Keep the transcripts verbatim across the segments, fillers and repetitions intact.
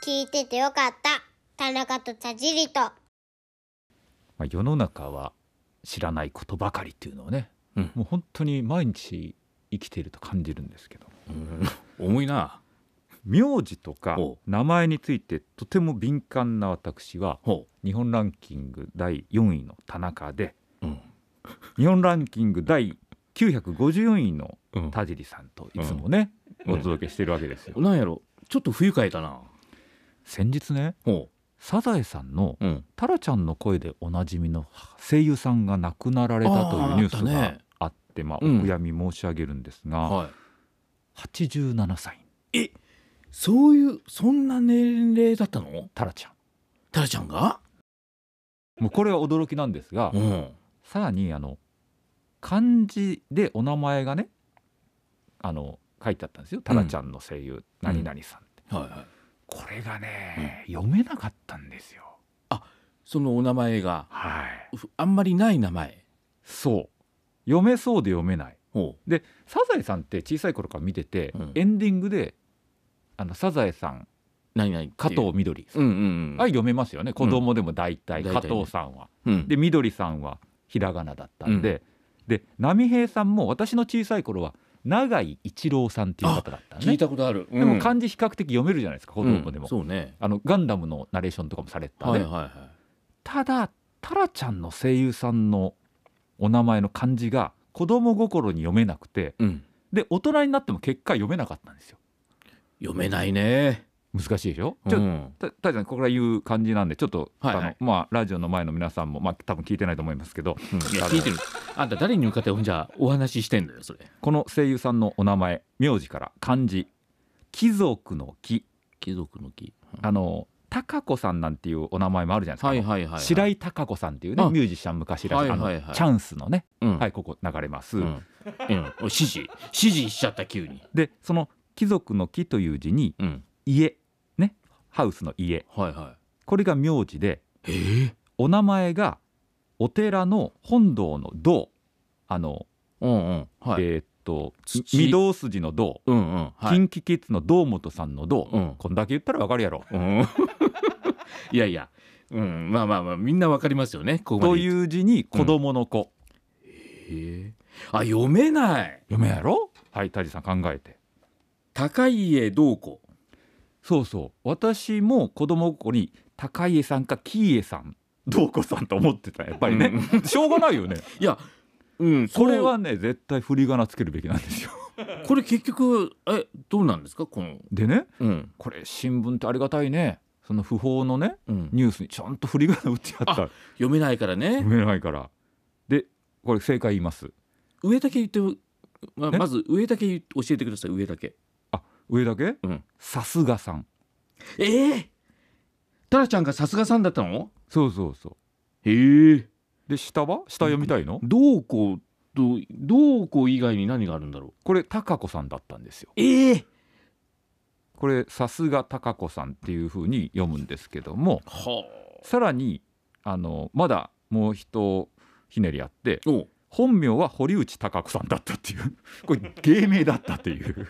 聞いててよかった。田中と田尻と。まあ、世の中は知らないことばかりっていうのをね、うん、もう本当に毎日生きていると感じるんですけど、 うん、重いな。 名字とか名前についてとても敏感な私は日本ランキングだいよんいの田中で、うん、日本ランキングだいきゅうひゃくごじゅうよんいの田尻さんといつもね、うん、お届けしてるわけですよ。 なんやろ、ちょっと不愉快だな。 先日ね、サザエさんのタラちゃんの声でおなじみの声優さんが亡くなられたというニュースがあって、まあ、お悔やみ申し上げるんですが、うん、はい、はちじゅうななさい。 え、そういうそんな年齢だったの？ タラちゃんタラちゃんがもうこれは驚きなんですが、うん、さらにあの漢字でお名前がね、あの書いてあったんですよ。タラちゃんの声優、うん、何々さんって、うん、はいはい、これがね、うん、読めなかったんですよ。 あ、そのお名前が、 はい、 あんまりない名前。 そう、読めそうで読めない。でサザエさんって小さい頃から見てて、うん、エンディングであのサザエさん何々 加藤みどり、うんうんうん、あ、読めますよね。子供でも大体、うん、加藤さんは、うん、でみどりさんはひらがなだったんで、うん、で波平さんも私の小さい頃は永井一郎さんっていう方だったね。 聞いたことある、 うん、でも漢字比較的読めるじゃないですか、子供でも、 うん、そうね、 あのガンダムのナレーションとかもされたね、はいはいはい、ただタラちゃんの声優さんのお名前の漢字が子供心に読めなくて、うん、で大人になっても結果読めなかったんですよ。 読めないね。 難しいでしょ。ちょっと、うん、ただここから言う感じなんでちょっと、はいはい、あのまあ、ラジオの前の皆さんも、まあ、多分聞いてないと思いますけど、 うん、いや聞いてる。あんた誰に向かってじゃあお話ししてんだよそれ。 この声優さんのお名前、名字から漢字貴族の貴、 貴族の貴、 うん、あの貴子さんなんていうお名前もあるじゃないですか、 はいはいはいはい、 白井貴子さんっていうねミュージシャン昔らしい、はいはいはい、あのチャンスのね、うん、はい、ここ流れます、うんうん、 指示指示しちゃった急に。 でその貴族の貴という字に、うん、家ね、ハウスの家、はいはい、これが名字で、 えー、 お名前がお寺の本堂の堂、あの、うんうんはい、えー、っと御堂筋の堂、うんうんはい、キンキキッズの堂本さんの堂、うん、こんだけ言ったら分かるやろ、うん、 いやいや、うん、まあまあまあみんな分かりますよね。ここという字に子供の子、 うん、へー、あ、読めない。 読めやろ。はい、タジさん考えて。 高家堂子。 そうそう、私も子供心に高家さんか喜家さん堂子さんと思ってた、やっぱりね、うん、しょうがないよね。 いや、うん、 これはね絶対振り仮名つけるべきなんですよ。 これ結局えどうなんですかこのでね、うん、これ新聞ってありがたいね。その不法のね、うん、ニュースにちゃんと振り仮名打ってやった。 読めないからね。 読めないから。でこれ正解言います。 上だけ言って、ま, まず上だけ教えてください。上だけ。 あ、上だけ、うん、さすがさん。 えー、タラちゃんがさすがさんだったの？ そうそうそう。 へえ。 で下は下読みたいの？ どうこうどうどうこう以外に何があるんだろう。 これ高子さんだったんですよ。 えー、 これさすが高子さんっていう風に読むんですけども、はあ、さらにあのまだもう一ひねりあって、本名は堀内孝子さんだったっていうこれ芸名だったっていう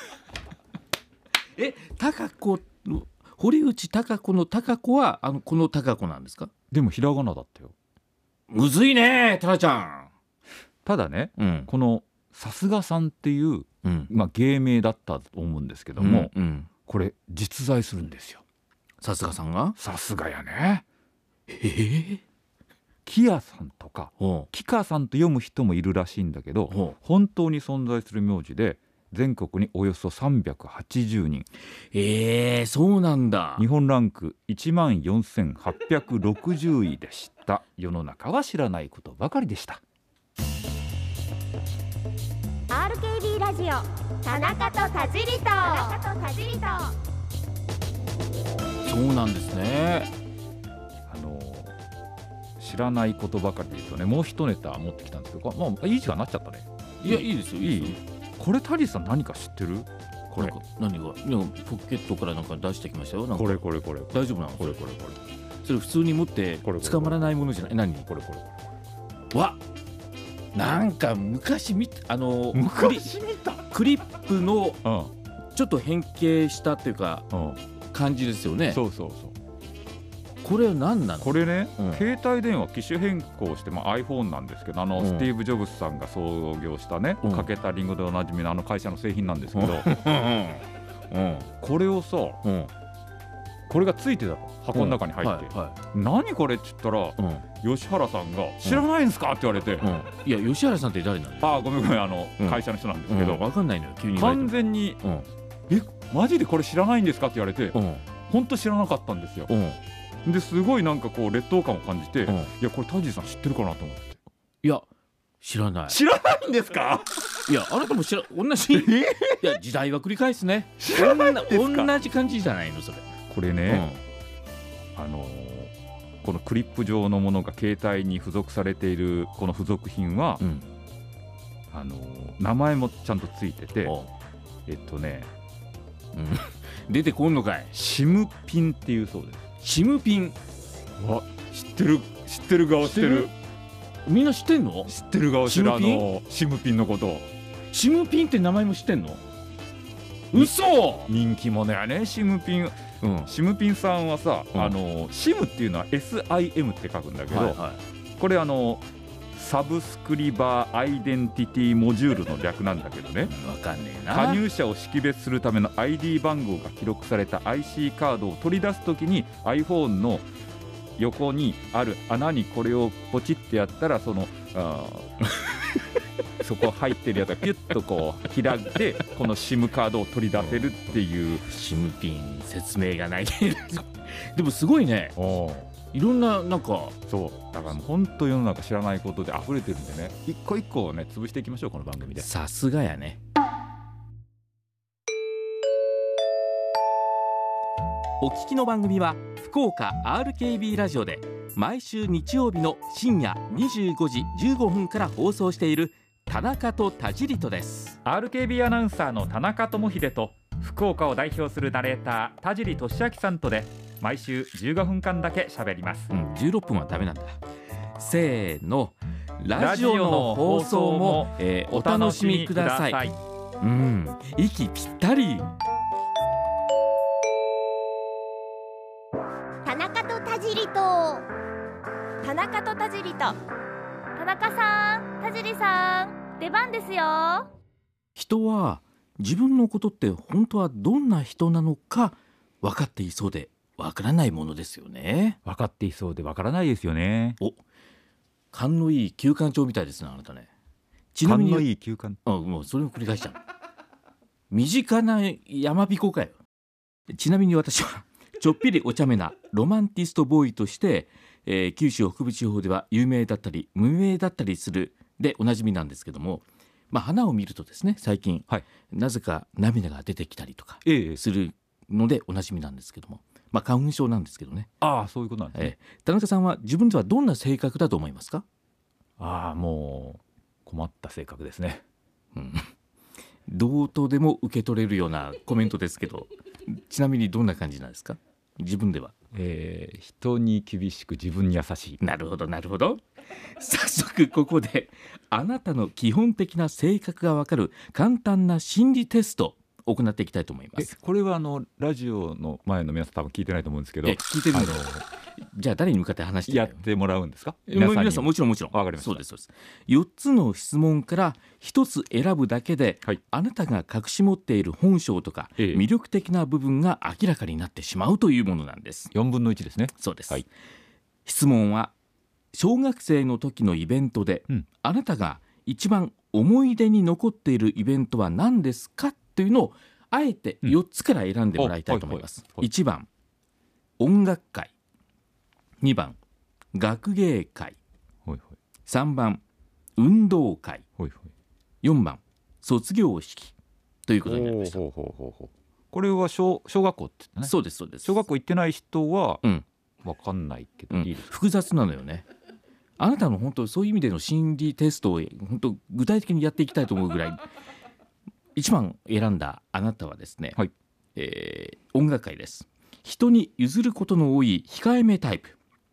え、孝子の堀内孝子の孝子はあのこの孝子なんですか？ でもひらがなだったよ。 むずいねタラちゃん。 ただね、うん、このさすがさんっていう、うん、まあ、芸名だったと思うんですけども、うんうん、これ実在するんですよ。 さすがさんが？ さすがやね。 えー、 キヤさんとかキカさんと読む人もいるらしいんだけど、本当に存在する名字で全国におよそさんびゃくはちじゅうにん。 えー、そうなんだ。 日本ランクいちまんよんせんはっぴゃくろくじゅういでした。世の中は知らないことばかりでした。 アールケービー ラジオ田中と田尻と田中と田尻と。 そうなんですね。 あの知らないことばかりで言うとね、もう一ネタ持ってきたんですけど、まあいい時間になっちゃったね。 いや、いいですよ、いいですよ。 これタリーさん何か知ってる？これ何が？ポケットからなんか出してきましたよ。なんかこれこれこれ大丈夫なの？ これこれこれそれ普通に持って捕まらないものじゃない？何？ これこれこれわ、なんか昔見た、あの昔見たクリップのちょっと変形したっていうか、うん、 感じですよね。 そうそうそう。 これは何なの？ これね、 うん、 携帯電話機種変更して、まあ、iPhone なんですけど、あの、うん、スティーブ・ジョブズさんが創業したね、うん、かけたリンゴでおなじみのあの会社の製品なんですけど、うん、これをさ、うん、これがついてたの、箱の中に入って、うんはいはい、何これって言ったら、うん、吉原さんが知らないんですかって言われて、うん、 いや吉原さんって誰なの？ あごめんごめん、あの、うん、会社の人なんですけど、 うん、分かんないのよ急に完全に、うん、えマジでこれ知らないんですかって言われて、うん、本当知らなかったんですよ、うんですごいなんかこう劣等感を感じて、うん、いやこれ田尻さん知ってるかなと思って。 いや知らない。 知らないんですか？ いやあなたも知ら同じいや時代は繰り返すね。 知らないんですか？ 同じ感じじゃないのそれ。 これね、うん、あのー、このクリップ状のものが携帯に付属されているこの付属品は、うん、あのー、名前もちゃんとついてて、えっとね、 うん、出てこんのかい。 シムピンっていうそうです。 シムピン。 わ知ってる知ってる顔してる。 みんな知ってんの？ 知ってる顔してる。あのシムピンのこと。 シムピンって名前も知ってんの？嘘。 人気者やねシムピン、うん、シムピンさんはさ、うん、あのシムっていうのは エスアイエム って書くんだけど、はいはい、これあのサブスクリバーアイデンティティモジュールの略なんだけどね、 わかんねえな。 加入者を識別するための アイディー 番号が記録された アイシー カードを取り出すときに iPhone の横にある穴にこれをポチってやったらそのあそこ入ってるやつがピュッとこう開いてこの SIM カードを取り出せるっていう。 シムピン説明がないでもすごいね。いろんななんかそうだからもう本当世の中知らないことで溢れてるんでね、一個一個をね潰していきましょうこの番組で。 さすがやね。お聞きの番組は福岡 アールケービー ラジオで毎週日曜日の深夜にじゅうごじじゅうごふんから放送している田中と田尻とです。 アールケービー アナウンサーの田中智秀と福岡を代表するナレーター田尻俊明さんとで毎週じゅうごふんかんだけ喋ります、 うん、じゅうろっぷんはダメなんだ。せーの、ラジオの放送も、えー、お楽しみください。うん、息ぴったり。 田中と田尻と田中と田尻と田中さん、田尻さん、出番ですよ。 人は自分のことって本当はどんな人なのか分かっていそうでわからないものですよね。 分かっていそうでわからないですよね。 お、勘のいい旧館長みたいですねあなたね。 ちなみに勘のいい旧館、 あ、もうそれを繰り返しちゃう身近な山彦かよ。ちなみに私はちょっぴりお茶目なロマンティストボーイとして、えー、九州北部地方では有名だったり無名だったりするでおなじみなんですけども、まあ、花を見るとですね最近、はい、なぜか涙が出てきたりとかするのでおなじみなんですけども、まあ、花粉症なんですけどね。 ああ、そういうことなんですね。 えー、田中さんは自分ではどんな性格だと思いますか？ ああ、もう困った性格ですね、 うん、どうとでも受け取れるようなコメントですけどちなみにどんな感じなんですか自分では？ えー、人に厳しく自分に優しい。 なるほどなるほど。早速ここであなたの基本的な性格がわかる簡単な心理テストを行っていきたいと思います。 えこれはあのラジオの前の皆さん多分聞いてないと思うんですけど。 え聞いてるんだ。じゃあ誰に向かって話してやってもらうんですか？ 皆さんに。皆さんもちろんもちろん。 わかりました。 そうですそうです。よっつの質問からひとつ選ぶだけで、はい、あなたが隠し持っている本性とか、ええ、魅力的な部分が明らかになってしまうというものなんです。 よんぶんのいちですね。 そうです、はい、質問は小学生の時のイベントで、うん、あなたが一番思い出に残っているイベントは何ですかというのをあえてよっつから選んでもらいたいと思います、うん、いちばん音楽会、にばん学芸会、ほいほい、さんばん運動会、ほいほい、よんばん卒業式ということになりました。ほうほうほうほう。 これは 小, 小学校って言ったね。 そうですそうです。 小学校行ってない人は分かんないけど、うん、いいですか？ 複雑なのよね。あなたの本当そういう意味での心理テストを本当具体的にやっていきたいと思うぐらいいちばん選んだあなたはですね、はい、えー、音楽会です。人に譲ることの多い控えめタイプ。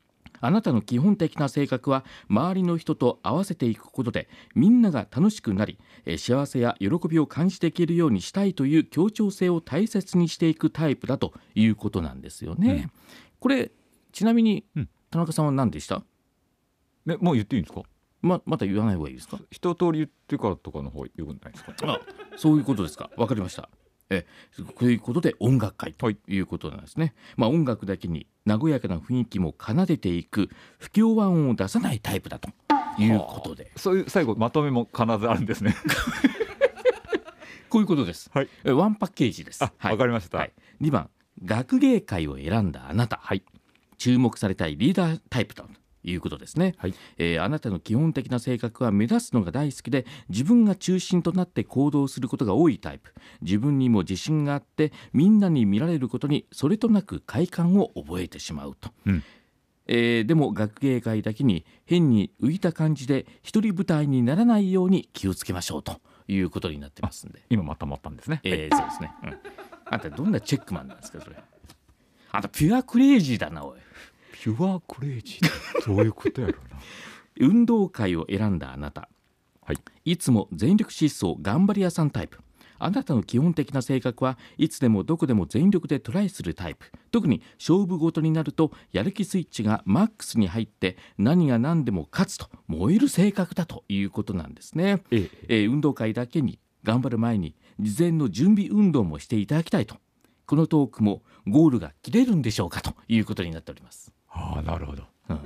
あなたの基本的な性格は周りの人と合わせていくことでみんなが楽しくなり、え幸せや喜びを感じていけるようにしたいという協調性を大切にしていくタイプだということなんですよね、うん、これちなみに、うん、田中さんは何でした？ えもう言っていいんですか？ ま, また言わない方がいいですか？ 一通り言ってからとかの方がよくないですか？ あ、そういうことですか。わかりました。えということで音楽会ということなんですね、はい。まあ、音楽だけに和やかな雰囲気も奏でていく不協和音を出さないタイプだということで、 そういう最後まとめも必ずあるんですねこういうことです、はい、ワンパッケージです。 あ、はい、わかりました、はい、 にばん学芸会を選んだあなた、はい、注目されたいリーダータイプだということですね、はい。えー、あなたの基本的な性格は目立つのが大好きで自分が中心となって行動することが多いタイプ。自分にも自信があってみんなに見られることにそれとなく快感を覚えてしまうと、うん。えー、でも学芸会だけに変に浮いた感じで一人舞台にならないように気をつけましょうということになってますんで。 今またまったんですね、 えー、そうですね、うん、あんたどんなチェックマンなんですかそれ。あんたピュアクレイジーだなおい。 ピュアクレイジーどういうことやろうな運動会を選んだあなた、はい、いつも全力疾走頑張り屋さんタイプ。あなたの基本的な性格はいつでもどこでも全力でトライするタイプ。特に勝負事になるとやる気スイッチがマックスに入って何が何でも勝つと燃える性格だということなんですね、えええー、運動会だけに頑張る前に事前の準備運動もしていただきたいと。このトークもゴールが切れるんでしょうかということになっております。 ああ、なるほど、 うん、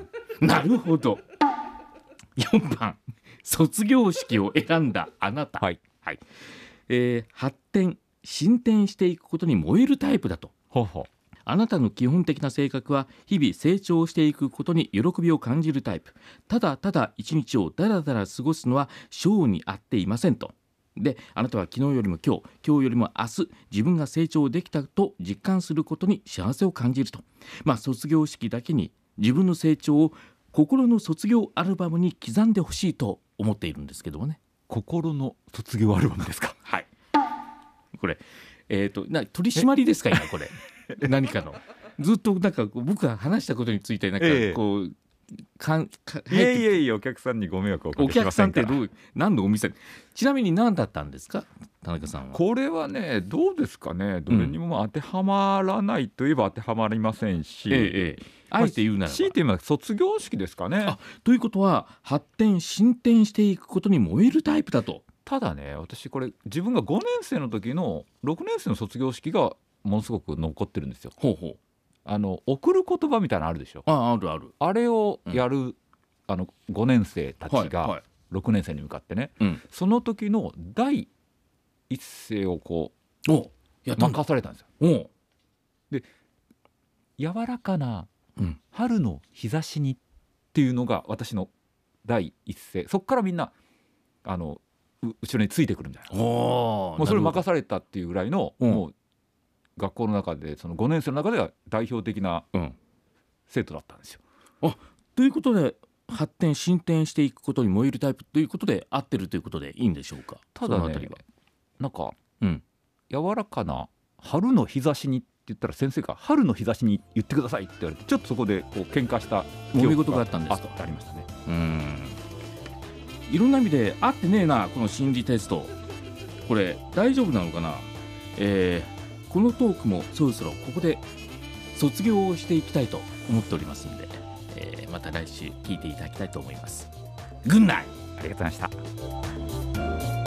なるほど。よんばん卒業式を選んだあなた、はいはい、えー、発展進展していくことに燃えるタイプだと。ほうほう。あなたの基本的な性格は日々成長していくことに喜びを感じるタイプ。ただただ一日をだらだら過ごすのは性に合っていませんと。で、あなたは昨日よりも今日、今日よりも明日、自分が成長できたと実感することに幸せを感じると。まあ、卒業式だけに自分の成長を心の卒業アルバムに刻んでほしいと思っているんですけどもね。 心の卒業アルバムですか？ はい。これ、えーと、な取り締まりですか今これ何かのずっとなんか僕が話したことについてなんかこう、ええかんかいやいやいや、お客さんにご迷惑をおかけしませんから。 お客さんってどう何のお店、ちなみに何だったんですか田中さんは。 これはね、どうですかね、どれにも当てはまらないといえば当てはまりませんし、ええ、あえて言うならば、まあ、強いて言うなら卒業式ですかね。 あ、ということは発展進展していくことに燃えるタイプだと。 ただね、私これ自分がごねん生の時のろくねん生の卒業式がものすごく残ってるんですよ。ほうほう。あの送る言葉みたいなのあるでしょ。 あ、あるある。 あれをやる、うん、あのごねん生たちがろくねん生に向かってね、はいはい、その時の第一声をこうおや任されたんですよ。おで、柔らかな春の日差しにっていうのが私の第一声。そこからみんなあの後ろについてくるんだよ。もうそれを任されたっていうぐらいの、もう学校の中でそのごねん生の中では代表的な生徒だったんですよ、 うん、あ、ということで発展進展していくことに燃えるタイプということで合ってるということでいいんでしょうか。 ただね、なんか、うん、柔らかな春の日差しにって言ったら先生が春の日差しに言ってくださいって言われて、ちょっとそこでこう喧嘩した揉め事があったんですか。 あ, ありましたね。 うーん、いろんな意味で合ってねえなこの心理テスト。これ大丈夫なのかな。えーこのトークもそろそろここで卒業をしていきたいと思っておりますので、えー、また来週聞いていただきたいと思います。グッナイ。 ありがとうございました。